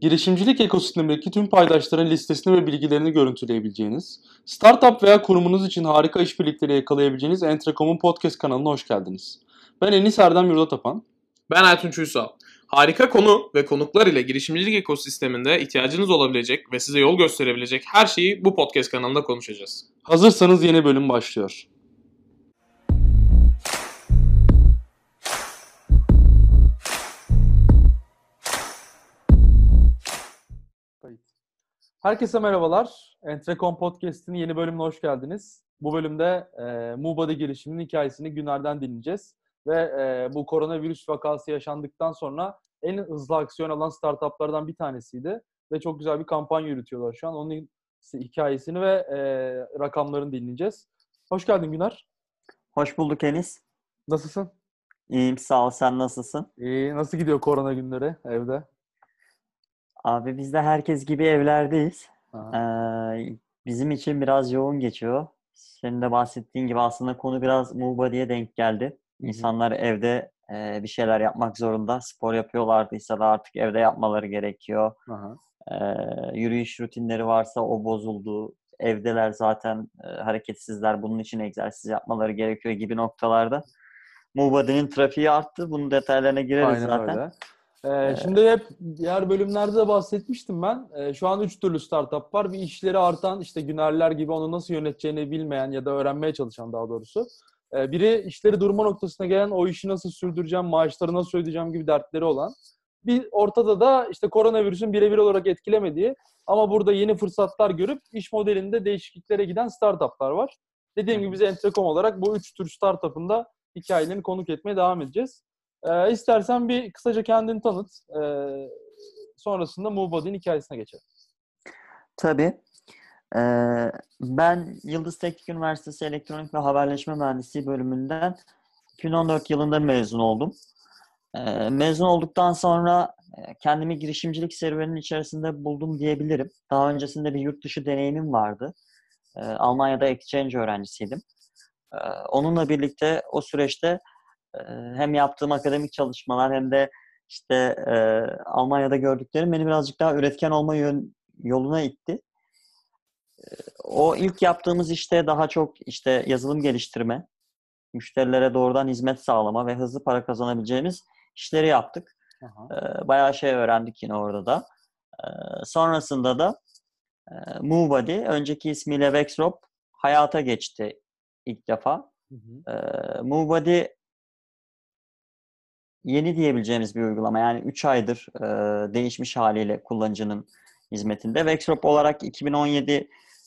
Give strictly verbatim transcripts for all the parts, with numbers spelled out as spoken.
Girişimcilik ekosistemindeki tüm paydaşların listesini ve bilgilerini görüntüleyebileceğiniz, startup veya kurumunuz için harika işbirlikleri yakalayabileceğiniz Entrecom'un podcast kanalına hoş geldiniz. Ben Enis Erdem Yurdatapan. Ben Ertunç Uysal. Harika konu ve konuklar ile girişimcilik ekosisteminde ihtiyacınız olabilecek ve size yol gösterebilecek her şeyi bu podcast kanalında konuşacağız. Hazırsanız yeni bölüm başlıyor. Herkese merhabalar. Entrecom Podcast'in yeni bölümüne hoş geldiniz. Bu bölümde e, MuBody girişiminin hikayesini Güner'den dinleyeceğiz. Ve e, bu koronavirüs vakası yaşandıktan sonra en hızlı aksiyon alan startuplardan bir tanesiydi. Ve çok güzel bir kampanya yürütüyorlar şu an. Onun hikayesini ve e, rakamlarını dinleyeceğiz. Hoş geldin Güner. Hoş bulduk Enis. Nasılsın? İyiyim, sağ ol. Sen nasılsın? İyi. Nasıl gidiyor korona günleri evde? Abi biz de herkes gibi evlerdeyiz. Ee, bizim için biraz yoğun geçiyor. Senin de bahsettiğin gibi aslında konu biraz MuBody'ye denk geldi. İnsanlar evde e, bir şeyler yapmak zorunda. Spor yapıyorlardıysa da artık evde yapmaları gerekiyor. Ee, yürüyüş rutinleri varsa o bozuldu. Evdeler zaten e, hareketsizler. Bunun için egzersiz yapmaları gerekiyor gibi noktalarda. MuBody'nin trafiği arttı. Bunun detaylarına gireriz Aynen zaten. Öyle. Ee, şimdi hep diğer bölümlerde de bahsetmiştim ben. Ee, şu an üç türlü startup var. Bir işleri artan, işte Günerler gibi onu nasıl yöneteceğini bilmeyen ya da öğrenmeye çalışan daha doğrusu. Ee, biri işleri durma noktasına gelen, o işi nasıl sürdüreceğim, maaşları nasıl ödeyeceğim gibi dertleri olan. Bir ortada da işte koronavirüsün birebir olarak etkilemediği ama burada yeni fırsatlar görüp iş modelinde değişikliklere giden startuplar var. Dediğim gibi biz Entrecom olarak bu üç tür startup'ın da hikayelerini konuk etmeye devam edeceğiz. Ee, istersen bir kısaca kendini tanıt. Ee, sonrasında MuBody'nin hikayesine geçelim. Tabii. Ee, ben Yıldız Teknik Üniversitesi Elektronik ve Haberleşme Mühendisliği bölümünden iki bin on dört yılında mezun oldum. Ee, mezun olduktan sonra kendimi girişimcilik serüveninin içerisinde buldum diyebilirim. Daha öncesinde bir yurt dışı deneyimim vardı. Ee, Almanya'da exchange öğrencisiydim. Ee, onunla birlikte o süreçte hem yaptığım akademik çalışmalar hem de işte e, Almanya'da gördüklerim beni birazcık daha üretken olma yön, yoluna itti. E, o ilk yaptığımız işte daha çok işte yazılım geliştirme, müşterilere doğrudan hizmet sağlama ve hızlı para kazanabileceğimiz işleri yaptık. E, bayağı şey öğrendik yine orada da. E, sonrasında da e, MuBody, önceki ismiyle Vexrop, hayata geçti ilk defa. Hı hı. E, MuBody yeni diyebileceğimiz bir uygulama. Yani üç aydır e, değişmiş haliyle kullanıcının hizmetinde. Vexrop olarak iki bin on yedi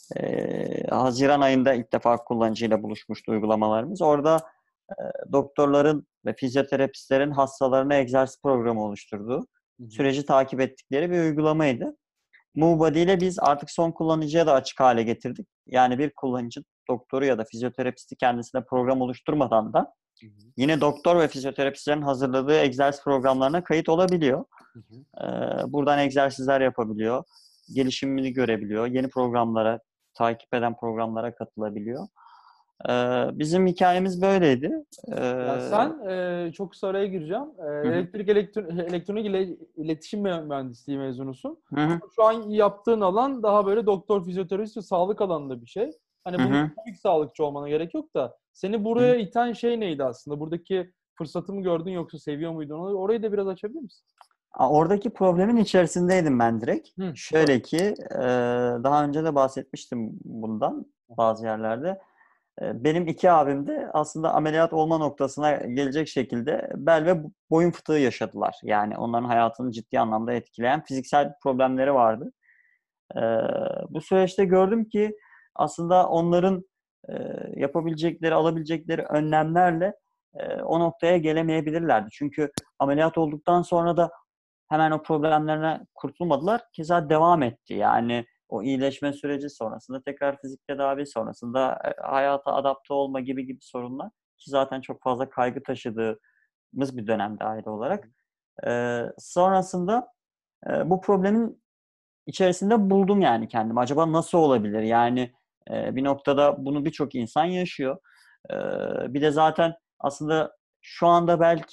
e, Haziran ayında ilk defa kullanıcıyla buluşmuştu uygulamalarımız. Orada e, doktorların ve fizyoterapistlerin hastalarına egzersiz programı oluşturduğu, hı hı. süreci takip ettikleri bir uygulamaydı. MuBody ile biz artık son kullanıcıya da açık hale getirdik. Yani bir kullanıcı doktoru ya da fizyoterapisti kendisine program oluşturmadan da Hı hı. yine doktor ve fizyoterapistlerin hazırladığı egzersiz programlarına kayıt olabiliyor. Hı hı. Ee, buradan egzersizler yapabiliyor, gelişimini görebiliyor, yeni programlara, takip eden programlara katılabiliyor. Ee, bizim hikayemiz böyleydi. Ee, ya sen, e, çok kısa araya gireceğim. E, elektrik elektro- elektronik ile iletişim mühendisliği mezunusun. Hı hı. Şu an yaptığın alan daha böyle doktor, fizyoterapist ve sağlık alanında bir şey. Hani bunun tabii ki sağlıkçı olmana gerek yok da seni buraya Hı. iten şey neydi aslında? Buradaki fırsatı mı gördün yoksa seviyor muydun? Orayı da biraz açabilir misin? Oradaki problemin içerisindeydim ben direkt. Hı, Şöyle ki e, daha önce de bahsetmiştim bundan bazı yerlerde. E, benim iki abim de aslında ameliyat olma noktasına gelecek şekilde bel ve boyun fıtığı yaşadılar. Yani onların hayatını ciddi anlamda etkileyen fiziksel problemleri vardı. E, bu süreçte gördüm ki aslında onların e, yapabilecekleri, alabilecekleri önlemlerle e, o noktaya gelemeyebilirlerdi. Çünkü ameliyat olduktan sonra da hemen o problemlerine kurtulmadılar. Keza devam etti. Yani o iyileşme süreci sonrasında tekrar fizik tedavi sonrasında hayata adapte olma gibi gibi sorunlar ki zaten çok fazla kaygı taşıdığımız bir dönemde aile olarak. Ee, sonrasında e, bu problemin içerisinde buldum yani kendimi. Acaba nasıl olabilir? Yani e, bir noktada bunu birçok insan yaşıyor. E, bir de zaten aslında şu anda belki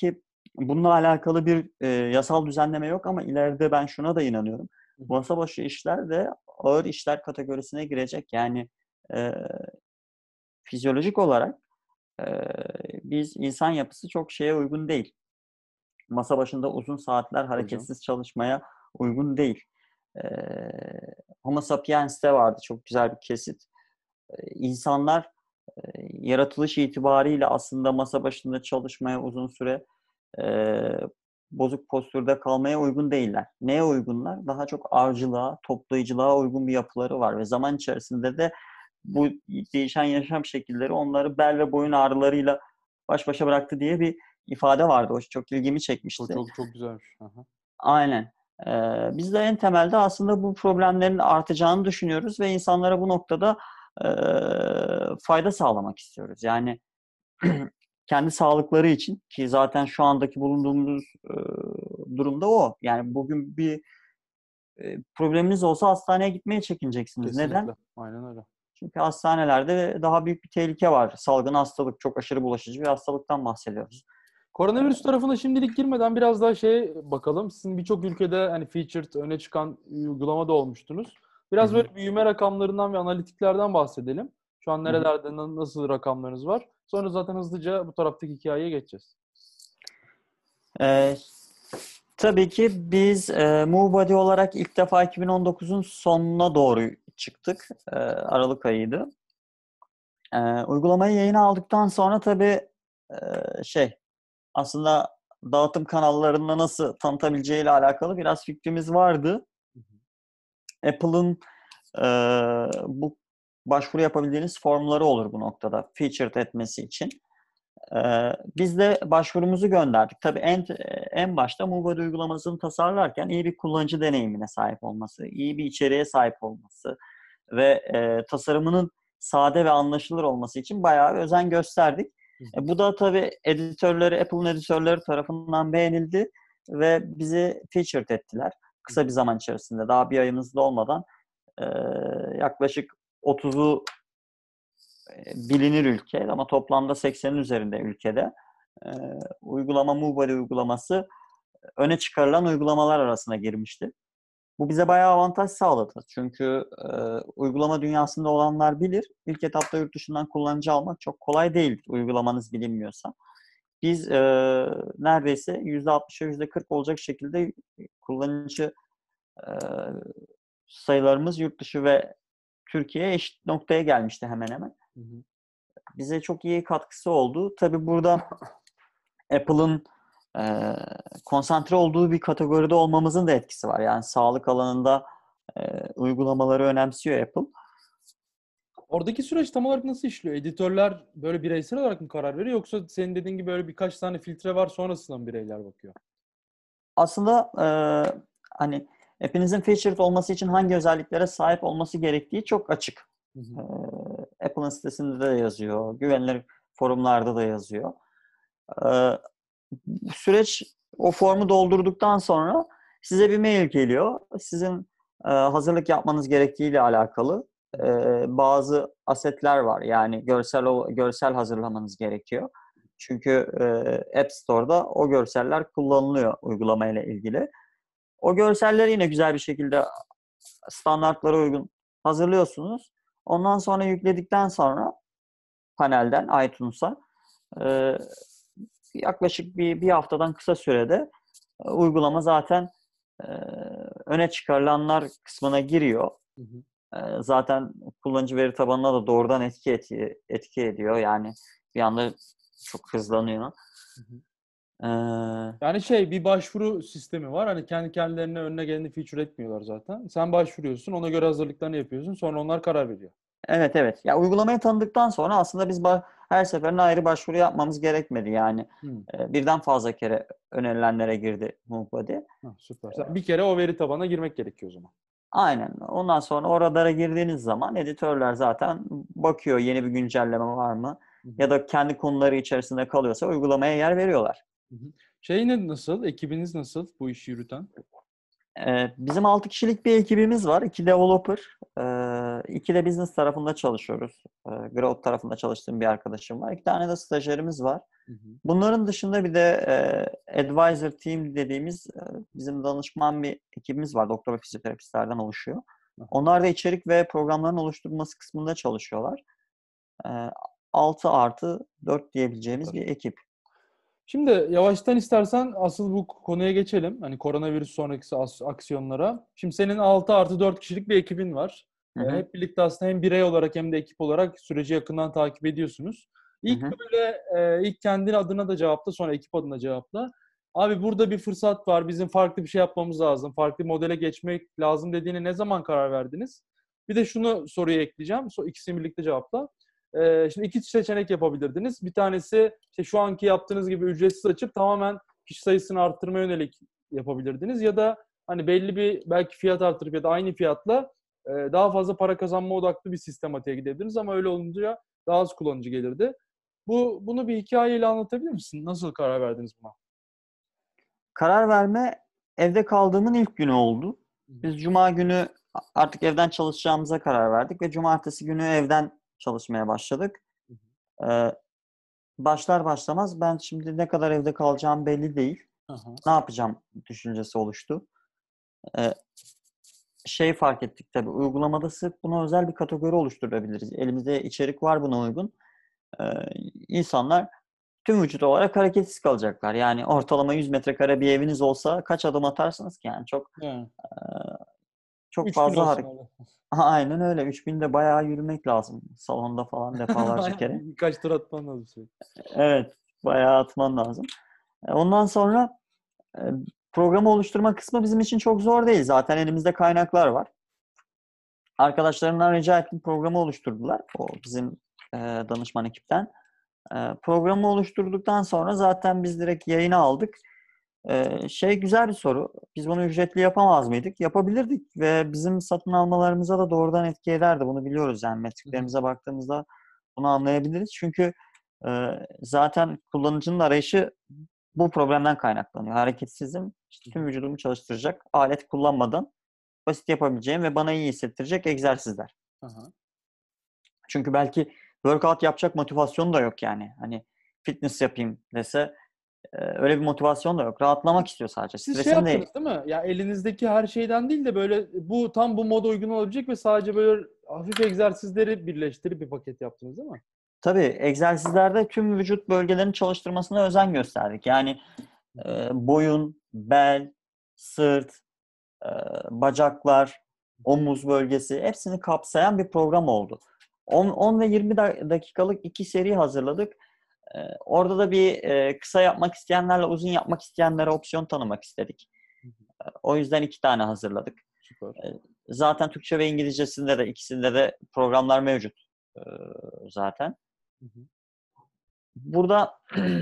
Bununla alakalı bir e, yasal düzenleme yok ama ileride ben şuna da inanıyorum. Masa başı işler de ağır işler kategorisine girecek. Yani e, fizyolojik olarak e, biz insan yapısı çok şeye uygun değil. Masa başında uzun saatler Tabii canım. hareketsiz çalışmaya uygun değil. E, Homo sapiens'te vardı çok güzel bir kesit. E, insanlar e, yaratılış itibariyle aslında masa başında çalışmaya uzun süre e, bozuk postürde kalmaya uygun değiller. Neye uygunlar? Daha çok avcılığa, toplayıcılığa uygun bir yapıları var ve zaman içerisinde de bu değişen yaşam şekilleri onları bel ve boyun ağrılarıyla baş başa bıraktı diye bir ifade vardı. O çok ilgimi Çok çekmişti. çok çok güzelmiş. Aha. Aynen. Ee, biz de en temelde aslında bu problemlerin artacağını düşünüyoruz ve insanlara bu noktada e, fayda sağlamak istiyoruz. Yani kendi sağlıkları için ki zaten şu andaki bulunduğumuz e, durumda o. Yani bugün bir e, probleminiz olsa hastaneye gitmeye çekineceksiniz. Neden? Kesinlikle. Aynen öyle. Çünkü hastanelerde daha büyük bir tehlike var. Salgın hastalık, çok aşırı bulaşıcı bir hastalıktan bahsediyoruz. Koronavirüs tarafına şimdilik girmeden biraz daha şey bakalım. Sizin birçok ülkede hani featured öne çıkan uygulama da olmuştunuz. Biraz Hı hı. böyle büyüme rakamlarından ve analitiklerden bahsedelim. Şu an Hı hı. nerelerde na- nasıl rakamlarınız var? Sonra zaten hızlıca bu taraftaki hikayeye geçeceğiz. Ee, tabii ki biz e, MoveBody olarak ilk defa iki bin on dokuzun sonuna doğru çıktık. E, Aralık ayıydı. E, uygulamayı yayına aldıktan sonra tabii e, şey aslında dağıtım kanallarında nasıl tanıtabileceğiyle alakalı biraz fikrimiz vardı. Apple'ın e, bu başvuru yapabildiğiniz formları olur bu noktada featured etmesi için. E, biz de başvurumuzu gönderdik. Tabii en en başta MoveBody uygulamasını tasarlarken iyi bir kullanıcı deneyimine sahip olması, iyi bir içeriğe sahip olması ve e, tasarımının sade ve anlaşılır olması için bayağı bir özen gösterdik. E, bu da tabii editörleri, Apple'ın editörleri tarafından beğenildi ve bizi featured ettiler. Kısa bir zaman içerisinde, daha bir ayımızda olmadan e, yaklaşık otuzu e, bilinir ülke ama toplamda seksenin üzerinde ülkede e, uygulama MoveBody uygulaması öne çıkarılan uygulamalar arasına girmişti. Bu bize bayağı avantaj sağladı. Çünkü e, uygulama dünyasında olanlar bilir. İlk etapta yurt dışından kullanıcı almak çok kolay değil uygulamanız bilinmiyorsa. Biz e, neredeyse yüzde altmışa yüzde kırk olacak şekilde kullanıcı e, sayılarımız yurt dışı ve Türkiye eşit noktaya gelmişti hemen hemen. Hı hı. Bize çok iyi katkısı oldu. Tabii burada Apple'ın e, konsantre olduğu bir kategoride olmamızın da etkisi var. Yani sağlık alanında e, uygulamaları önemsiyor Apple. Oradaki süreç tam olarak nasıl işliyor? Editörler böyle bireysel olarak mı karar veriyor yoksa senin dediğin gibi böyle birkaç tane filtre var sonrasında mı bireyler bakıyor? Aslında e, hani app'inizin featured olması için hangi özelliklere sahip olması gerektiği çok açık. Hı hı. E, Apple'ın sitesinde de yazıyor, güvenilir forumlarda da yazıyor. E, süreç o formu doldurduktan sonra size bir mail geliyor. Sizin e, hazırlık yapmanız gerektiğiyle alakalı e, bazı asetler var. Yani görsel görsel hazırlamanız gerekiyor. Çünkü e, App Store'da o görseller kullanılıyor uygulamayla ilgili. O görselleri yine güzel bir şekilde standartlara uygun hazırlıyorsunuz. Ondan sonra yükledikten sonra panelden iTunes'a e, yaklaşık bir, bir haftadan kısa sürede e, uygulama zaten e, öne çıkarılanlar kısmına giriyor. Hı hı. E, zaten kullanıcı veri tabanına da doğrudan etki, etki, etki ediyor. Yani bir anda çok hızlanıyor. Hı hı. E, Yani şey bir başvuru sistemi var. Hani kendi kendilerine önüne geleni feature etmiyorlar zaten. Sen başvuruyorsun, ona göre hazırlıklarını yapıyorsun. Sonra onlar karar veriyor. evet evet. Ya uygulamayı tanıdıktan sonra aslında biz ba- her seferinde ayrı başvuru yapmamız gerekmedi. Yani Hı. e, birden fazla kere önerilenlere girdi MoveBody. Ha, süper. Sen bir kere o veri tabanına girmek gerekiyor o zaman. Aynen. Ondan sonra o radara girdiğiniz zaman editörler zaten bakıyor yeni bir güncelleme var mı? Hı hı. Ya da kendi konuları içerisinde kalıyorsa uygulamaya yer veriyorlar. Hı hı. Şey ne nasıl? Ekibiniz nasıl bu işi yürüten? Ee, bizim altı kişilik bir ekibimiz var. iki developer, ee, iki de business tarafında çalışıyoruz. Ee, growth tarafında çalıştığım bir arkadaşım var. İki tane de stajyerimiz var. Hı hı. Bunların dışında bir de e, advisor team dediğimiz e, bizim danışman bir ekibimiz var. Doktor ve fizyoterapistlerden oluşuyor. Aha. Onlar da içerik ve programların oluşturulması kısmında çalışıyorlar. E, altı artı dört diyebileceğimiz Süper. bir ekip. Şimdi yavaştan istersen asıl bu konuya geçelim. Hani koronavirüs sonraki as- aksiyonlara. Şimdi senin altı artı dört kişilik bir ekibin var. Hı Ee, hı, hep birlikte aslında hem birey olarak hem de ekip olarak süreci yakından takip ediyorsunuz. hı İlk hı. böyle e, ilk kendin adına da cevapla, sonra ekip adına cevapla. Abi burada bir fırsat var. Bizim farklı bir şey yapmamız lazım. Farklı bir modele geçmek lazım dediğine ne zaman karar verdiniz? Bir de şunu soruya ekleyeceğim. So, ikisini birlikte cevapla. Ee, şimdi iki seçenek yapabilirdiniz. Bir tanesi işte şu anki yaptığınız gibi ücretsiz açıp tamamen kişi sayısını arttırmaya yönelik yapabilirdiniz. Ya da hani belli bir belki fiyat arttırıp ya da aynı fiyatla e, daha fazla para kazanma odaklı bir sistematiğe gidebilirdiniz ama öyle olunca daha az kullanıcı gelirdi. Bu bunu bir hikayeyle anlatabilir misin? Nasıl karar verdiniz buna? Karar verme evde kaldığımın ilk günü oldu. Biz cuma günü artık evden çalışacağımıza karar verdik ve cumartesi günü evden çalışmaya başladık. Ee, başlar başlamaz ben şimdi ne kadar evde kalacağım belli değil. Aha. Ne yapacağım düşüncesi oluştu. Ee, şey fark ettik tabii uygulamada sırf buna özel bir kategori oluşturabiliriz. Elimizde içerik var buna uygun. Ee, insanlar tüm vücut olarak hareketsiz kalacaklar. Yani ortalama yüz metrekare bir eviniz olsa kaç adım atarsınız ki? Yani çok Yani. e, çok Üç bin fazla olsun hareket. öyle. Aynen öyle. üç binde bayağı yürümek lazım. Salonda falan defalarca kere. Birkaç tur atman lazım sürekli. Evet. Bayağı atman lazım. E, Ondan sonra e, programı oluşturma kısmı bizim için çok zor değil. Zaten elimizde kaynaklar var. Arkadaşlarımdan rica ettim programı oluşturdular. O bizim e, danışman ekipten. E, programı oluşturduktan sonra zaten biz direkt yayına aldık. E, şey güzel bir soru. Biz bunu ücretli yapamaz mıydık? Yapabilirdik ve bizim satın almalarımıza da doğrudan etki ederdi. Bunu biliyoruz yani metriklerimize baktığımızda bunu anlayabiliriz. Çünkü e, zaten kullanıcının arayışı bu problemden kaynaklanıyor. Hareketsizim, işte tüm vücudumu çalıştıracak, alet kullanmadan basit yapabileceğim ve bana iyi hissettirecek egzersizler. Aha. Çünkü belki workout yapacak motivasyonu da yok yani. Hani fitness yapayım dese e, öyle bir motivasyon da yok. Rahatlamak istiyor sadece. Siz şey Stresini de yaptınız değil mi? Ya elinizdeki her şeyden değil de böyle bu tam bu moda uygun olabilecek ve sadece böyle hafif egzersizleri birleştirip bir paket yaptınız değil mi? tabii egzersizlerde tüm vücut bölgelerinin çalıştırmasına özen gösterdik. Yani e, boyun, bel, sırt, e, bacaklar, omuz bölgesi hepsini kapsayan bir program oldu. on, on ve yirmi dakikalık iki seri hazırladık. E, orada da bir e, kısa yapmak isteyenlerle uzun yapmak isteyenlere opsiyon tanımak istedik. E, o yüzden iki tane hazırladık. Süper. E, zaten Türkçe ve İngilizcesinde de ikisinde de programlar mevcut e, zaten. Hı hı. Burada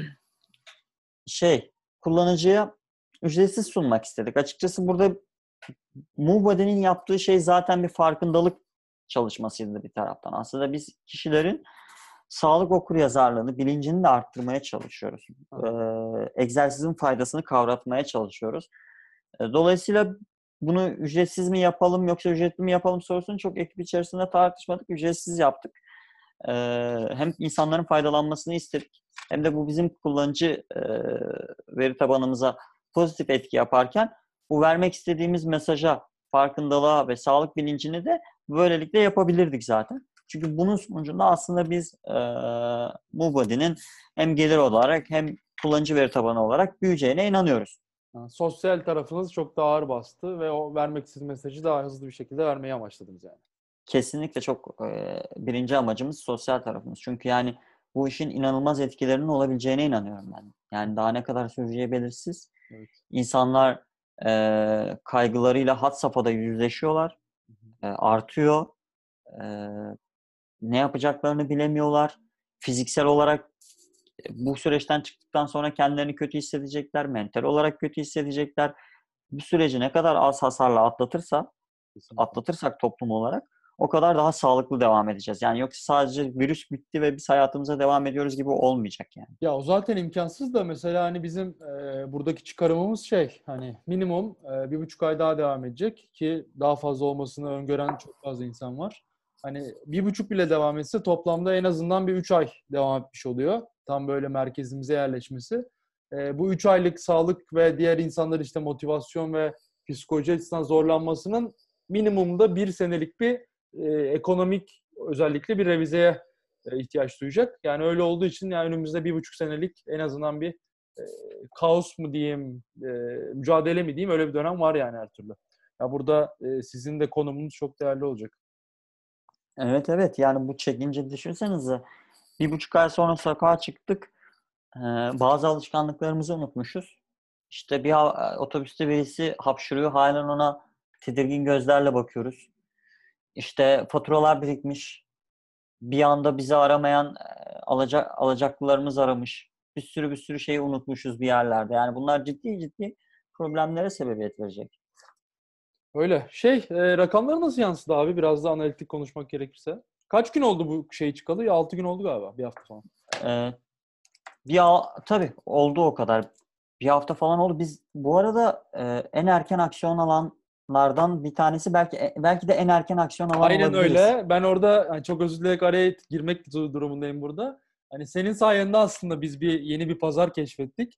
şey kullanıcıya ücretsiz sunmak istedik. Açıkçası burada MoveBody'nin yaptığı şey zaten bir farkındalık çalışmasıydı bir taraftan. Aslında biz kişilerin sağlık okuryazarlığını, bilincini de arttırmaya çalışıyoruz. Ee, egzersizin faydasını kavratmaya çalışıyoruz. Ee, dolayısıyla bunu ücretsiz mi yapalım yoksa ücretli mi yapalım sorusunu çok ekip içerisinde tartışmadık. Ücretsiz yaptık. Ee, hem insanların faydalanmasını istedik hem de bu bizim kullanıcı e, veri tabanımıza pozitif etki yaparken bu vermek istediğimiz mesaja, farkındalığa ve sağlık bilincini de böylelikle yapabilirdik zaten. Çünkü bunun sonucunda aslında biz e, MoveBody'nin hem gelir olarak hem kullanıcı veri tabanı olarak büyüyeceğine inanıyoruz. Ha, sosyal tarafınız çok daha ağır bastı ve o vermek istediğiniz mesajı daha hızlı bir şekilde vermeyi amaçladınız yani. Kesinlikle çok e, birinci amacımız sosyal tarafımız. Çünkü yani bu işin inanılmaz etkilerinin olabileceğine inanıyorum ben. Yani daha ne kadar süreceği belirsiz. Evet. İnsanlar e, kaygılarıyla had safhada yüzleşiyorlar. E, artıyor. E, ne yapacaklarını bilemiyorlar. Fiziksel olarak e, bu süreçten çıktıktan sonra kendilerini kötü hissedecekler. Mental olarak kötü hissedecekler. Bu süreci ne kadar az hasarla atlatırsa, Kesinlikle. atlatırsak toplum olarak o kadar daha sağlıklı devam edeceğiz. Yani yoksa sadece virüs bitti ve biz hayatımıza devam ediyoruz gibi olmayacak yani. Ya o zaten imkansız da mesela hani bizim e, buradaki çıkarımımız şey hani minimum e, bir buçuk ay daha devam edecek ki daha fazla olmasını öngören çok fazla insan var. Hani bir buçuk bile devam etse toplamda en azından bir üç ay devam etmiş oluyor. tam böyle merkezimize yerleşmesi. E, bu üç aylık sağlık ve diğer insanlar işte motivasyon ve psikoloji açısından zorlanmasının minimumda bir senelik bir e, ekonomik özellikle bir revizeye e, ihtiyaç duyacak. Yani öyle olduğu için yani önümüzde bir buçuk senelik en azından bir e, kaos mu diyeyim, e, mücadele mi diyeyim öyle bir dönem var yani her türlü. Ya burada e, sizin de konumunuz çok değerli olacak. Evet evet, yani bu çekince düşünsenize, bir buçuk ay sonra sokağa çıktık. Ee, bazı alışkanlıklarımızı unutmuşuz. İşte bir ha- otobüste birisi hapşırıyor, halen ona tedirgin gözlerle bakıyoruz. İşte faturalar birikmiş. Bir anda bizi aramayan e, alacak alacaklılarımız aramış. Bir sürü bir sürü şeyi unutmuşuz bir yerlerde. Yani bunlar ciddi ciddi problemlere sebebiyet verecek. Öyle. Şey, e, rakamları nasıl yansıdı abi? Biraz da analitik konuşmak gerekirse. Kaç gün oldu bu şey çıkalı? Ya altı gün oldu galiba. Bir hafta falan. Ee, bir ha- tabii oldu o kadar. Bir hafta falan oldu. Biz bu arada e, en erken aksiyon alanlardan bir tanesi, belki e, belki de en erken aksiyon alan Aynen olabiliriz. öyle. Ben orada hani çok özür dileyerek araya girmek du- durumundayım burada. Hani senin sayende aslında biz bir yeni bir pazar keşfettik.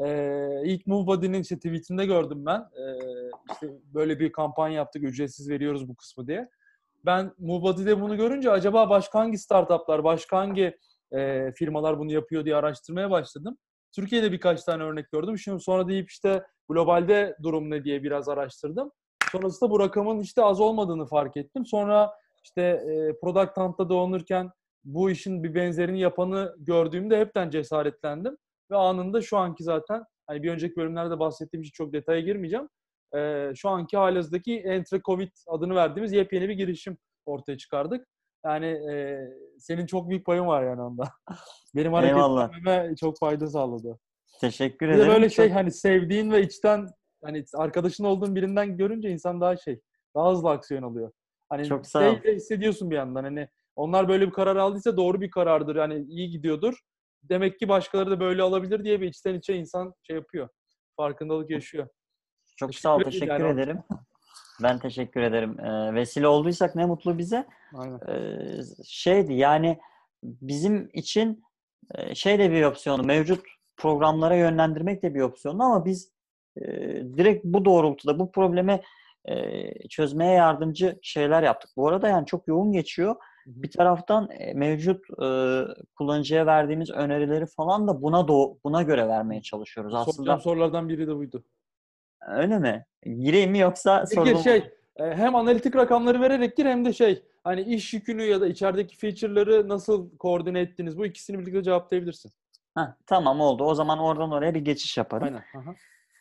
Ee, ilk MoveBody'nin işte tweetinde gördüm ben. Ee, işte böyle bir kampanya yaptık, ücretsiz veriyoruz bu kısmı diye. Ben MoveBody'de bunu görünce acaba başka hangi startuplar, başka hangi e, firmalar bunu yapıyor diye araştırmaya başladım. Türkiye'de birkaç tane örnek gördüm. Şimdi sonra deyip işte globalde durum ne diye biraz araştırdım. Sonrasında bu rakamın işte az olmadığını fark ettim. Sonra işte e, Product Hunt'ta dolanırken bu işin bir benzerini yapanı gördüğümde hepten cesaretlendim. Ve anında şu anki zaten hani bir önceki bölümlerde bahsettiğim için çok detaya girmeyeceğim. E, şu anki halimizdeki Entre Covid adını verdiğimiz yepyeni bir girişim ortaya çıkardık. Yani e, senin çok büyük payın var yani onda. Benim Eyvallah. hareketlenmeme çok fayda sağladı. Teşekkür Bir de ederim. böyle şey Çok hani sevdiğin ve içten hani arkadaşın olduğun birinden görünce insan daha şey daha hızlı aksiyon alıyor. Hani çok sağ ol. şey de hissediyorsun bir yandan hani onlar böyle bir karar aldıysa doğru bir karardır yani iyi gidiyordur. Demek ki başkaları da böyle alabilir diye bir içten içe insan şey yapıyor. Farkındalık yaşıyor. Çok sağ ol. Teşekkür ederiz Teşekkür yani onun ederim. için. Ben teşekkür ederim. Ee, vesile olduysak ne mutlu bize. Aynen. Ee, şeydi yani, bizim için e, şey de bir opsiyonu, mevcut programlara yönlendirmek de bir opsiyonu, ama biz e, direkt bu doğrultuda bu problemi e, çözmeye yardımcı şeyler yaptık. Bu arada yani çok yoğun geçiyor. Hı hı. Bir taraftan e, mevcut e, kullanıcıya verdiğimiz önerileri falan da buna do buna göre vermeye çalışıyoruz. Soracağım Aslında sorulardan biri de buydu. öyle mi? Gireyim mi, yoksa Gir gir sorunun... şey e, hem analitik rakamları vererek gir hem de şey hani iş yükünü ya da içerideki feature'ları nasıl koordine ettiniz bu ikisini birlikte cevaplayabilirsin. Heh, tamam, oldu. O zaman oradan oraya bir geçiş yaparım. Aynen. Aha.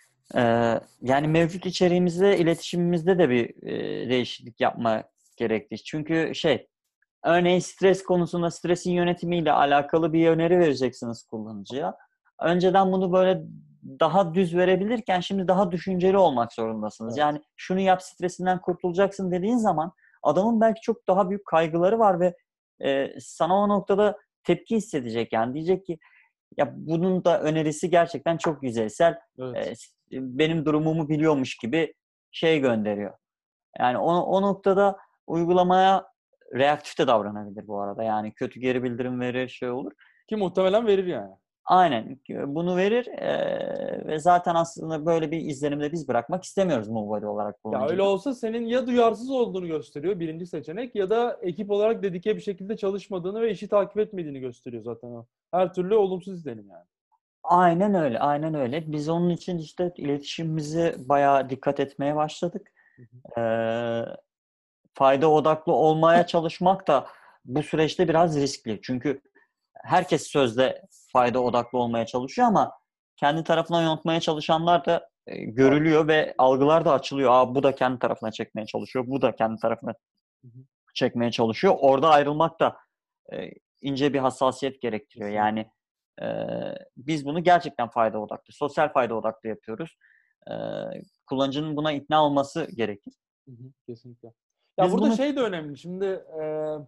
Ee, yani mevcut içeriğimizde, iletişimimizde de bir e, değişiklik yapma gerekti. Çünkü şey, örneğin stres konusunda, stresin yönetimiyle alakalı bir öneri vereceksiniz kullanıcıya. Önceden bunu böyle daha düz verebilirken şimdi daha düşünceli olmak zorundasınız. Evet. Yani şunu yap, stresinden kurtulacaksın dediğin zaman adamın belki çok daha büyük kaygıları var ve e, sana o noktada tepki hissedecek. Yani diyecek ki ya bunun da önerisi gerçekten çok yüzeysel. Evet. E, benim durumumu biliyormuş gibi şey gönderiyor. Yani o, o noktada uygulamaya reaktif de davranabilir bu arada. Yani kötü geri bildirim verir, şey olur. Ki muhtemelen verir yani. Aynen bunu verir eee, ve zaten aslında böyle bir izlenimde biz bırakmak istemiyoruz Movebody olarak Ya öyle kullanıcıda. olsa senin ya duyarsız olduğunu gösteriyor birinci seçenek ya da ekip olarak dedike bir şekilde çalışmadığını ve işi takip etmediğini gösteriyor zaten o. Her türlü olumsuz izlenim yani. Aynen öyle, aynen öyle. Biz onun için işte iletişimimizi bayağı dikkat etmeye başladık. Hı hı. Eee, fayda odaklı olmaya çalışmak da bu süreçte biraz riskli. Çünkü herkes sözde fayda odaklı olmaya çalışıyor, ama kendi tarafına yontmaya çalışanlar da e, Var. görülüyor ve algılar da açılıyor. Aa, bu da kendi tarafına çekmeye çalışıyor, bu da kendi tarafına Hı hı. çekmeye çalışıyor. Orada ayrılmak da e, ince bir hassasiyet gerektiriyor. Kesinlikle. Yani e, biz bunu gerçekten fayda odaklı, sosyal fayda odaklı yapıyoruz. E, kullanıcının buna ikna olması gerekir. Hı hı. Kesinlikle. Ya Biz burada bunu... şey de önemli. Şimdi e,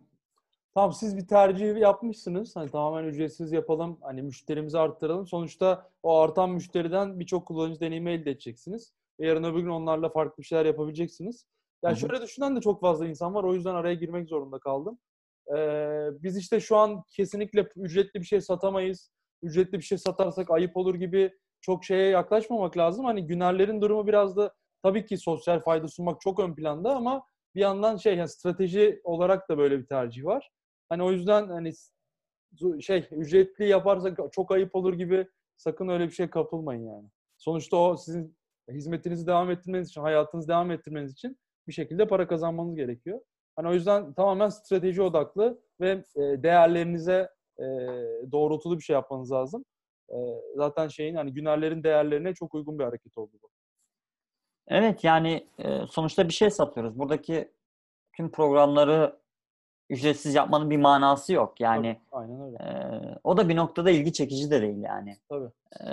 tamam siz bir tercih yapmışsınız. Hani tamamen ücretsiz yapalım. Hani müşterimizi arttıralım. Sonuçta o artan müşteriden birçok kullanıcı deneyimi elde edeceksiniz. Ve yarın öbür gün onlarla farklı bir şeyler yapabileceksiniz. Hı Ya hı. şöyle düşünen de çok fazla insan var. O yüzden araya girmek zorunda kaldım. Ee, biz işte şu an kesinlikle ücretli bir şey satamayız. ücretli bir şey satarsak ayıp olur gibi çok şeye yaklaşmamak lazım. Hani Günerlerin durumu biraz da tabii ki sosyal fayda sunmak çok ön planda ama bir yandan şey yani strateji olarak da böyle bir tercih var. Hani o yüzden hani şey ücretli yaparsak çok ayıp olur gibi sakın öyle bir şey kapılmayın yani. Sonuçta o sizin hizmetinizi devam ettirmeniz için, hayatınızı devam ettirmeniz için bir şekilde para kazanmanız gerekiyor. Hani o yüzden tamamen strateji odaklı ve e, değerlerinize e, doğrultulu bir şey yapmanız lazım. E, zaten şeyin hani Günerlerin değerlerine çok uygun bir hareket oldu bu. Evet yani e, sonuçta bir şey satıyoruz. Buradaki tüm programları ücretsiz yapmanın bir manası yok. Tabii, Yani aynen öyle. e, o da bir noktada ilgi çekici de değil yani. Tabii. E,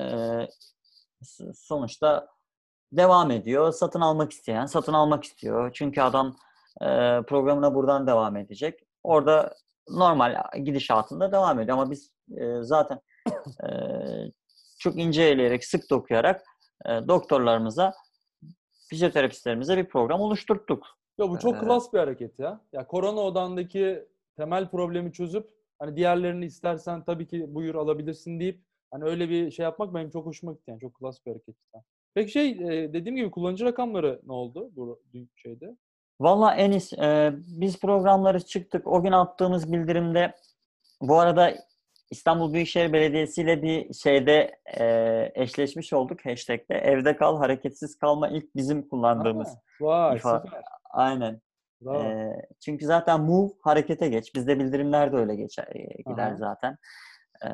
sonuçta devam ediyor. Satın almak isteyen satın almak istiyor. Çünkü adam e, programına buradan devam edecek. Orada normal gidişatında devam ediyor. Ama biz e, zaten e, çok ince eleyerek, sık dokuyarak e, doktorlarımıza, fizyoterapistlerimize bir program oluşturttuk. Ya bu çok E, klas bir hareket ya. Ya korona odağındaki temel problemi çözüp hani diğerlerini istersen tabii ki buyur alabilirsin deyip hani öyle bir şey yapmak benim çok hoşuma gitti yani. Çok klas bir hareket. Peki şey e, dediğim gibi kullanıcı rakamları ne oldu bu şeyde? Valla Enis, e, biz programları çıktık. O gün attığımız bildirimde bu arada İstanbul Büyükşehir Belediyesi ile bir şeyde e, eşleşmiş olduk. Hashtag'te evde kal, hareketsiz kalma ilk bizim kullandığımız Ha, vay ifa. süper. Aynen. Bravo. E, çünkü zaten move harekete geç. Bizde bildirimler de öyle geçer, e, gider Aha. zaten. E,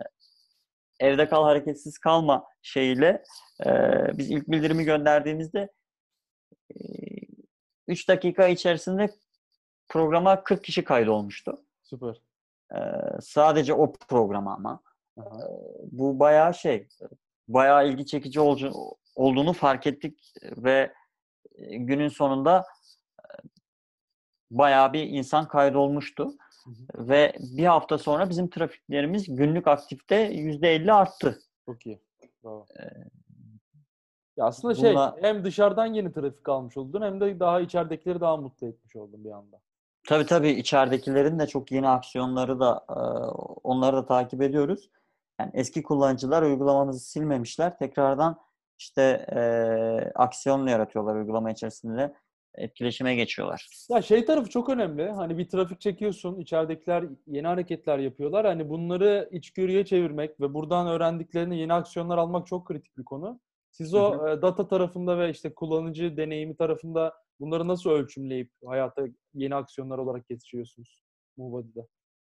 evde kal, hareketsiz kalma şeyiyle e, biz ilk bildirimi gönderdiğimizde e, üç dakika içerisinde programa kırk kişi kaydolmuştu. Süper. Ee, sadece o programa ama. Aha. Ee, bu bayağı şey, bayağı ilgi çekici ol- olduğunu fark ettik ve günün sonunda bayağı bir insan kaydolmuştu. Hı hı. Ve bir hafta sonra bizim trafiklerimiz günlük aktifte yüzde elli arttı. Çok iyi. Bravo. Ee, Ya aslında şey bununla hem dışarıdan yeni trafik almış oldun hem de daha içeridekileri daha mutlu etmiş oldun bir anda. tabii tabii içeridekilerin de çok yeni aksiyonları da e, onları da takip ediyoruz. Yani eski kullanıcılar uygulamamızı silmemişler. Tekrardan işte e, aksiyon yaratıyorlar uygulama içerisinde. Etkileşime geçiyorlar. Ya şey tarafı çok önemli. Hani bir trafik çekiyorsun, içeridekiler yeni hareketler yapıyorlar. Hani bunları içgörüye çevirmek ve buradan öğrendiklerini yeni aksiyonlar almak çok kritik bir konu. Siz Hı hı. o e, data tarafında ve işte kullanıcı deneyimi tarafında bunları nasıl ölçümleyip hayata yeni aksiyonlar olarak geçiriyorsunuz Mobody'de?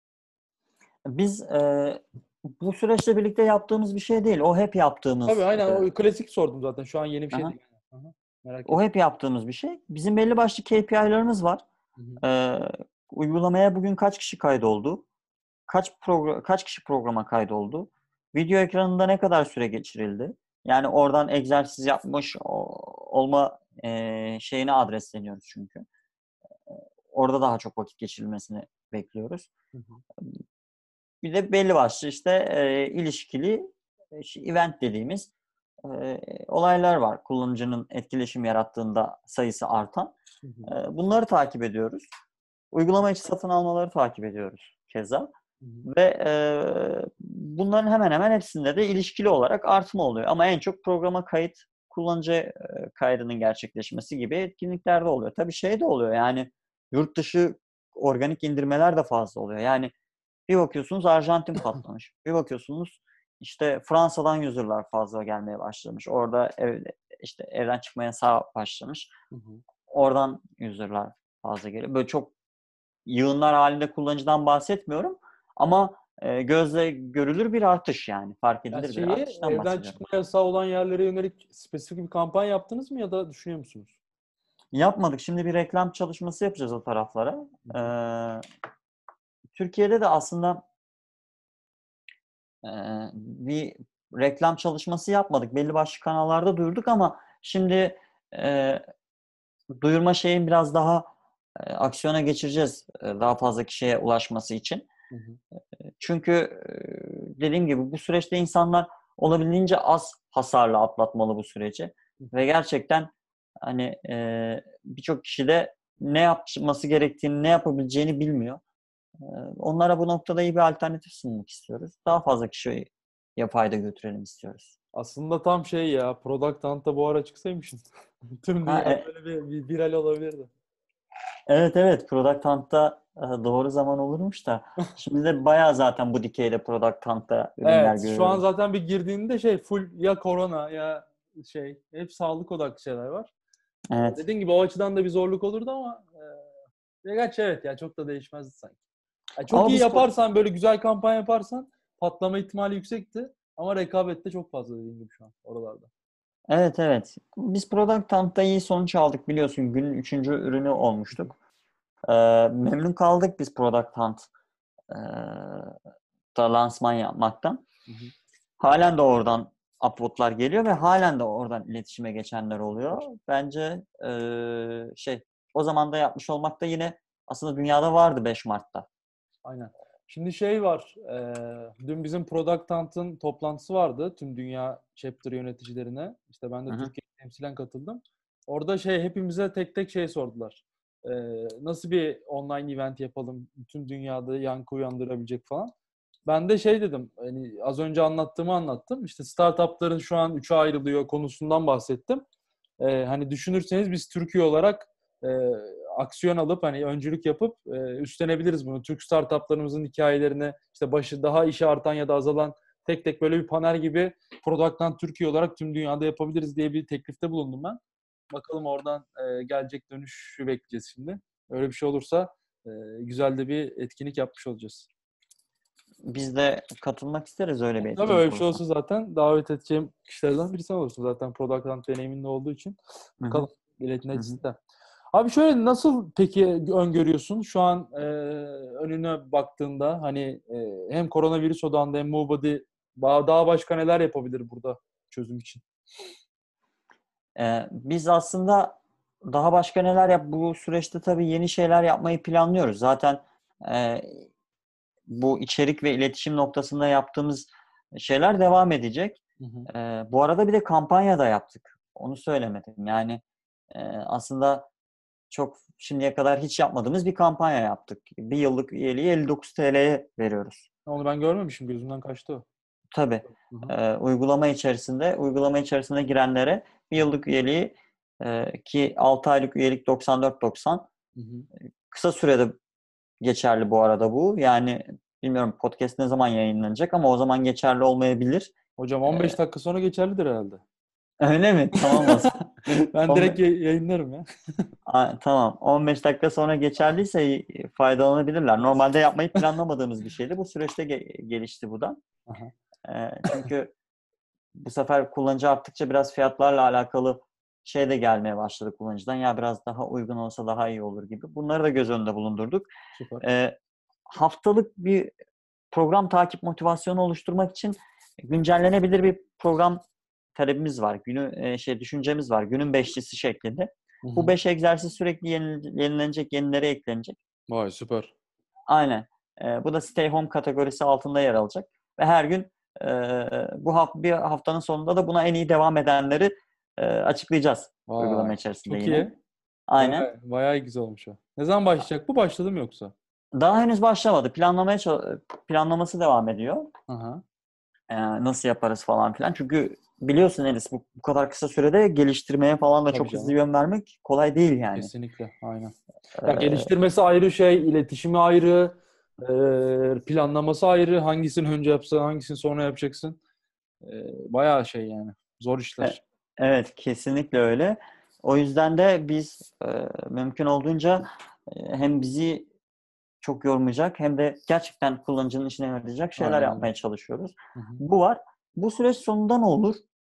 Biz e, bu süreçle birlikte yaptığımız bir şey değil. O hep Tabii yaptığımız aynen e, o klasik sordum zaten. Şu an yeni bir şey aha. değil. Aha, merak O ettim. hep yaptığımız bir şey. Bizim belli başlı K P I'larımız var. Hı hı. E, uygulamaya bugün kaç kişi kaydoldu? Kaç program, kaç kişi programa kaydoldu? Video ekranında ne kadar süre geçirildi? Yani oradan egzersiz yapmış olma e, şeyine adresleniyoruz çünkü. Orada daha çok vakit geçirilmesini bekliyoruz. Hı hı. Bir de belli başlı işte e, ilişkili işte event dediğimiz e, olaylar var. Kullanıcının etkileşim yarattığında sayısı artan. Hı hı. E, bunları takip ediyoruz. Uygulama içi satın almaları takip ediyoruz keza. Hı hı. Ve e, bunların hemen hemen hepsinde de ilişkili olarak artma oluyor. Ama en çok programa kayıt, kullanıcı e, kaydının gerçekleşmesi gibi etkinliklerde oluyor. Tabii şey de oluyor yani yurt dışı organik indirmeler de fazla oluyor. Yani bir bakıyorsunuz Arjantin patlamış. Bir bakıyorsunuz işte Fransa'dan user'lar fazla gelmeye başlamış. Orada ev, işte evden çıkmaya yasağı başlamış. Hı hı. Oradan user'lar fazla geliyor. Böyle çok yığınlar halinde kullanıcıdan bahsetmiyorum. Ama e, gözle görülür bir artış yani. Fark Ya edilir bir şeyi artıştan evden bahsediyorum. çıkma yasağı olan yerlere yönelik spesifik bir kampanya yaptınız mı ya da düşünüyor musunuz? Yapmadık. Şimdi bir reklam çalışması yapacağız o taraflara. Hı hı. Ee, Türkiye'de de aslında e, bir reklam çalışması yapmadık. Belli başlı kanallarda duyurduk ama şimdi e, duyurma şeyin biraz daha e, aksiyona geçireceğiz. E, daha fazla kişiye ulaşması için. Hı hı. Çünkü e, dediğim gibi bu süreçte insanlar olabildiğince az hasarla atlatmalı bu süreci. Hı Ve gerçekten hani e, birçok kişi de ne yapması gerektiğini, ne yapabileceğini bilmiyor. E, onlara bu noktada iyi bir alternatif sunmak istiyoruz. Daha fazla kişi ya fayda götürelim istiyoruz. Aslında tam şey ya, Product Hunt'ta bu ara çıksaymışsın. Tüm Ha, dünya e- böyle bir, bir viral olabilirdi. evet evet Product Hunt'ta e, doğru zaman olurmuş da şimdi de bayağı zaten bu dikeyde Product Hunt'ta ürünler Evet, şu an görüyorum. zaten bir girdiğinde şey full ya korona ya şey hep sağlık odaklı şeyler var. Ee, Evet. dediğin gibi o açıdan da bir zorluk olurdu ama e, gerçi evet ya çok da değişmezdi sanki. Yani çok Ama iyi biz pro- yaparsan böyle güzel kampanya yaparsan patlama ihtimali yüksekti ama rekabet de çok fazla dediğin gibi şu an oralarda. evet evet. Biz Product Hunt'ta iyi sonuç aldık biliyorsun. Günün üçüncü ürünü olmuştuk. Ee, memnun kaldık biz Product Hunt e, da lansman yapmaktan. Hı hı. Halen de oradan upvote'lar geliyor ve halen de oradan iletişime geçenler oluyor. Bence e, şey o zaman da yapmış olmak da yine aslında dünyada vardı beş Mart'ta. Aynen. Şimdi şey var, e, dün bizim Product Hunt'ın toplantısı vardı tüm dünya chapter yöneticilerine. İşte ben de Hı hı. Türkiye'ye temsilen katıldım. Orada şey hepimize tek tek şey sordular. E, nasıl bir online event yapalım, bütün dünyada yankı uyandırabilecek falan. Ben de şey dedim, hani az önce anlattığımı anlattım. İşte startupların şu an üçe ayrılıyor konusundan bahsettim. Ee, hani düşünürseniz biz Türkiye olarak e, aksiyon alıp hani öncülük yapıp e, üstlenebiliriz bunu. Türk startuplarımızın hikayelerini işte başı daha işi artan ya da azalan tek tek böyle bir panel gibi Product'tan Türkiye olarak tüm dünyada yapabiliriz diye bir teklifte bulundum ben. Bakalım oradan e, gelecek dönüşü bekleyeceğiz şimdi. Öyle bir şey olursa e, güzel de bir etkinlik yapmış olacağız. Biz de katılmak isteriz öyle bir Tabii öyle etkinlik bir şey olursa. olsa zaten davet edeceğim kişilerden birisi olursun zaten Product Hunt deneyiminde olduğu için. Hı hı. Bakalım milletin Hı hı. açısından. Abi şöyle nasıl peki öngörüyorsun? Şu an e, önüne baktığında hani e, hem koronavirüs odağında hem MoveBody ba- daha başka neler yapabilir burada çözüm için? Ee, biz aslında daha başka neler yap bu süreçte tabii yeni şeyler yapmayı planlıyoruz. Zaten e, bu içerik ve iletişim noktasında yaptığımız şeyler devam edecek. Hı hı. Ee, bu arada bir de kampanya da yaptık. Onu söylemedim. Yani e, aslında çok şimdiye kadar hiç yapmadığımız bir kampanya yaptık. Bir yıllık üyeliği elli dokuz T L'ye veriyoruz. Onu ben görmemişim. Gözümden kaçtı o. Tabii. Hı hı. Ee, uygulama içerisinde uygulama içerisinde girenlere bir yıllık üyeliği e, ki altı aylık üyelik doksan dört doksan. Hı hı. Kısa sürede geçerli bu arada bu. Yani bilmiyorum podcast ne zaman yayınlanacak ama o zaman geçerli olmayabilir. Hocam Ee, on beş dakika sonra geçerlidir herhalde. öyle mi? Tamam o zaman. Ben direkt on beş yay- yayınlarım ya. Aa, tamam. on beş dakika sonra geçerliyse faydalanabilirler. Normalde yapmayı planlamadığımız bir şeydi. Bu süreçte ge- gelişti bu da. Aha. Ee, çünkü bu sefer kullanıcı arttıkça biraz fiyatlarla alakalı şey de gelmeye başladı kullanıcıdan. Ya biraz daha uygun olsa daha iyi olur gibi. Bunları da göz önünde bulundurduk. Süper. Ee, haftalık bir program takip motivasyonu oluşturmak için güncellenebilir bir program talebimiz var. Günü e, şey düşüncemiz var. Günün beşlisi şeklinde. Hı Bu hı. beş egzersiz sürekli yeni- yenilenecek, yenilere eklenecek. Vay süper. Aynen. Ee, bu da Stay Home kategorisi altında yer alacak. Ve her gün e, bu hafta bir haftanın sonunda da buna en iyi devam edenleri e, açıklayacağız uygulama Vay. içerisinde Çok yine. iyi. Aynen. Bayağı, bayağı güzel olmuş o. Ne zaman başlayacak? Bu başladı mı yoksa? Daha henüz başlamadı. Planlamaya çal- planlaması devam ediyor. Aha. Ee, nasıl yaparız falan filan. Çünkü biliyorsun Enis bu, bu kadar kısa sürede geliştirmeye falan da Tabii çok hızlı canım. yön vermek kolay değil yani. Kesinlikle. Aynen. Ya Ee, geliştirmesi ayrı şey, iletişimi ayrı, e, planlaması ayrı. Hangisini önce yapsa, hangisini sonra yapacaksın. E, bayağı şey yani. Zor e- işler. evet kesinlikle öyle. O yüzden de biz e, mümkün olduğunca e, hem bizi çok yormayacak hem de gerçekten kullanıcının işine yarayacak şeyler Aynen öyle. yapmaya çalışıyoruz. Hı hı. Bu var. Bu süreç sonunda ne olur?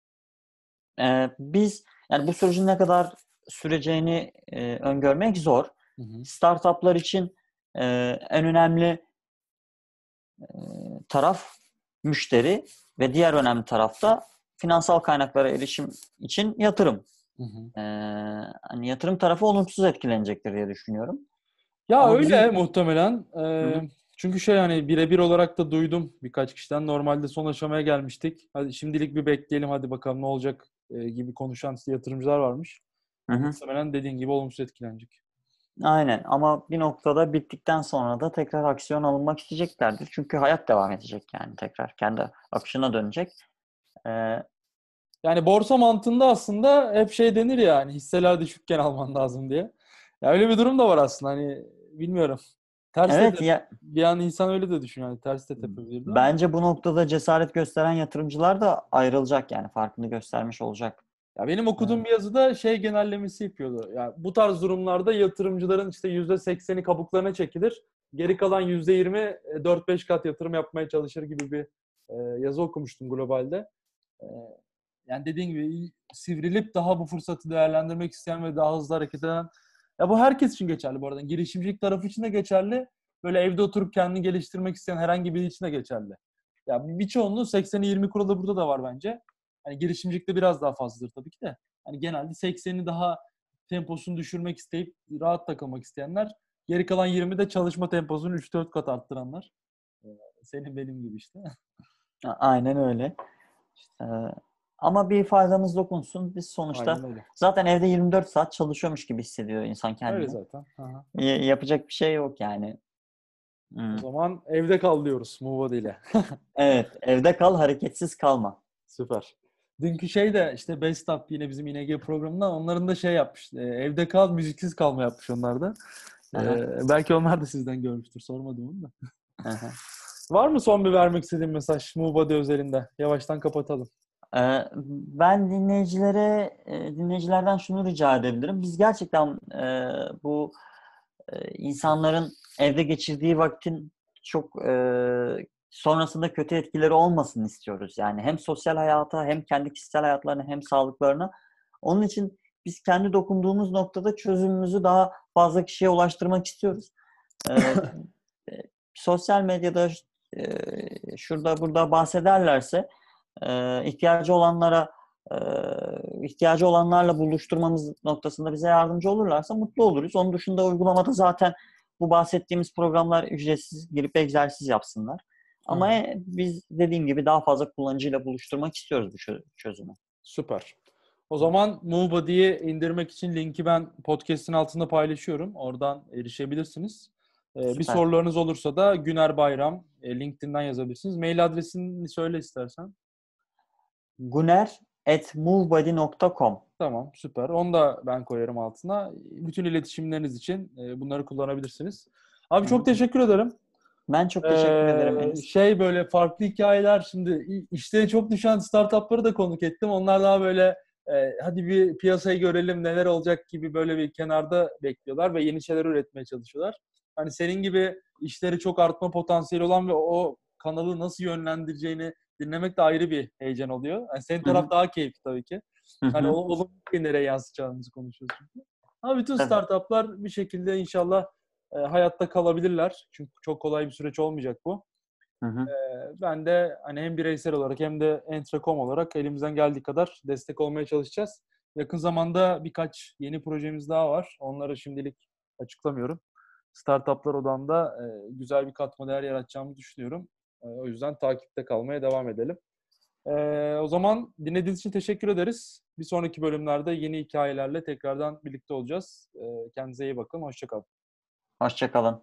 Ee, biz yani bu sürecin ne kadar süreceğini e, öngörmek zor. Hı hı. Startuplar için e, en önemli e, taraf müşteri ve diğer önemli taraf da finansal kaynaklara erişim için yatırım. Hı hı. Ee, hani yatırım tarafı olumsuz etkilenecektir diye düşünüyorum. Ya Ama öyle bizim muhtemelen. hı E, hı, çünkü şey hani birebir olarak da duydum birkaç kişiden. Normalde son aşamaya gelmiştik. Hadi şimdilik bir bekleyelim hadi bakalım ne olacak e, gibi konuşan yatırımcılar varmış. hı Ya hı. muhtemelen dediğin gibi olumsuz etkilenecek. Aynen, ama bir noktada bittikten sonra da tekrar aksiyon alınmak isteyeceklerdir. Çünkü hayat devam edecek yani tekrar. Kendi akışına dönecek. Ee, Yani borsa mantığında aslında hep şey denir ya hani hisseler düşükken alman lazım diye. Ya öyle bir durum da var aslında hani bilmiyorum. Ters de evet tep- ya, bir an insan öyle de düşünüyor. Yani ters de tepebilirdi ama. bence bu noktada cesaret gösteren yatırımcılar da ayrılacak, yani farkını göstermiş olacak. Ya benim Ee, okuduğum bir yazıda şey genellemesi yapıyordu. Ya bu tarz durumlarda yatırımcıların işte yüzde sekseni kabuklarına çekilir. Geri kalan yüzde yirmi e, dört beş kat yatırım yapmaya çalışır gibi bir e, yazı okumuştum globalde. E, Yani dediğin gibi sivrilip daha bu fırsatı değerlendirmek isteyen ve daha hızlı hareket eden. Ya bu herkes için geçerli bu arada. Girişimcilik tarafı için de geçerli. Böyle evde oturup kendini geliştirmek isteyen herhangi biri için de geçerli. Ya bir birçoğunluğu sekseni yirmi kuralı burada da var bence. Hani girişimcilikte biraz daha fazladır tabii ki de. Hani genelde sekseni daha temposunu düşürmek isteyip rahat takılmak isteyenler. Geri kalan yirmi de çalışma temposunu üç dört kat arttıranlar. Ee, Senin benim gibi işte. aynen öyle. Ee, Ama bir faydamız dokunsun. Biz sonuçta Aynen öyle. zaten evde yirmi dört saat çalışıyormuş gibi hissediyor insan Öyle kendini. zaten. Aha. Y- yapacak bir şey yok yani. Hmm. O zaman evde kal diyoruz Muvadi ile. Evet, evde kal, hareketsiz kalma. Süper. Dünkü şey de işte Best Up yine bizim İ N G programından onların da şey yapmış. E, evde kal, müziksiz kalma yapmış onlar da. E, Aha, belki onlar da sizden görmüştür. Sormadım onu da. aha. Var mı son bir vermek istediğin mesaj Muvadi özelinde? Yavaştan kapatalım. Ee, Ben dinleyicilere, e, dinleyicilerden şunu rica edebilirim. Biz gerçekten e, bu e, insanların evde geçirdiği vaktin çok e, sonrasında kötü etkileri olmasın istiyoruz. Yani hem sosyal hayata, hem kendi kişisel hayatlarına, hem sağlıklarına. Onun için biz kendi dokunduğumuz noktada çözümümüzü daha fazla kişiye ulaştırmak istiyoruz. Ee, e, Sosyal medyada e, şurada burada bahsederlerse, e, ihtiyacı olanlara e, ihtiyacı olanlarla buluşturmamız noktasında bize yardımcı olurlarsa mutlu oluruz. Onun dışında uygulamada zaten bu bahsettiğimiz programlar ücretsiz, girip egzersiz yapsınlar. Ama Hı. e, biz dediğim gibi daha fazla kullanıcıyla buluşturmak istiyoruz bu çö- çözümü. Süper. O zaman Movebudy'yi indirmek için linki ben podcast'in altında paylaşıyorum. Oradan erişebilirsiniz. Ee, bir Süper. sorularınız olursa da Güner Bayram e, LinkedIn'den yazabilirsiniz. Mail adresini söyle istersen. guner at movebody nokta com. Tamam, süper. Onu da ben koyarım altına. Bütün iletişimleriniz için e, bunları kullanabilirsiniz. Abi Hı çok hı. teşekkür ederim. Ben çok teşekkür ederim Ee, Enis. şey böyle farklı hikayeler şimdi işleri çok düşen startupları da konuk ettim. Onlar daha böyle e, hadi bir piyasayı görelim neler olacak gibi böyle bir kenarda bekliyorlar ve yeni şeyler üretmeye çalışıyorlar. Hani senin gibi işleri çok artma potansiyeli olan ve o kanalı nasıl yönlendireceğini dinlemek de ayrı bir heyecan oluyor. Yani senin Hı hı. taraf daha keyifli tabii ki. Hı Hani o hı. olumlu nereye yansıtacağımızı konuşuyoruz çünkü. Ama bütün Tabii. startuplar bir şekilde inşallah e, hayatta kalabilirler. Çünkü çok kolay bir süreç olmayacak bu. Hı hı. E, ben de hani hem bireysel olarak hem de Entracom olarak elimizden geldiği kadar destek olmaya çalışacağız. Yakın zamanda birkaç yeni projemiz daha var. Onları şimdilik açıklamıyorum. Startuplar odamda e, güzel bir katma değer yaratacağımı düşünüyorum. E, o yüzden takipte kalmaya devam edelim. E, o zaman dinlediğiniz için teşekkür ederiz. Bir sonraki bölümlerde yeni hikayelerle tekrardan birlikte olacağız. E, kendinize iyi bakın. Hoşça kalın. Hoşça kalın.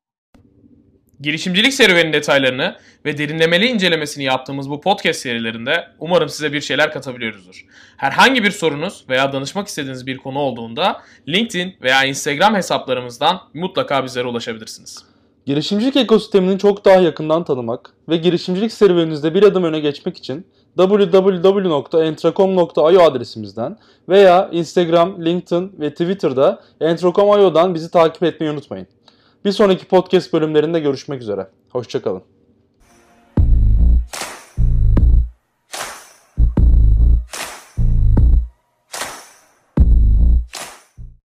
Girişimcilik serüvenin detaylarını ve derinlemeli incelemesini yaptığımız bu podcast serilerinde umarım size bir şeyler katabiliyoruzdur. Herhangi bir sorunuz veya danışmak istediğiniz bir konu olduğunda LinkedIn veya Instagram hesaplarımızdan mutlaka bizlere ulaşabilirsiniz. Girişimcilik ekosistemini çok daha yakından tanımak ve girişimcilik serüveninizde bir adım öne geçmek için double-u double-u double-u nokta entracom nokta io adresimizden veya Instagram, LinkedIn ve Twitter'da entracom nokta io'dan bizi takip etmeyi unutmayın. Bir sonraki podcast bölümlerinde görüşmek üzere. Hoşça kalın.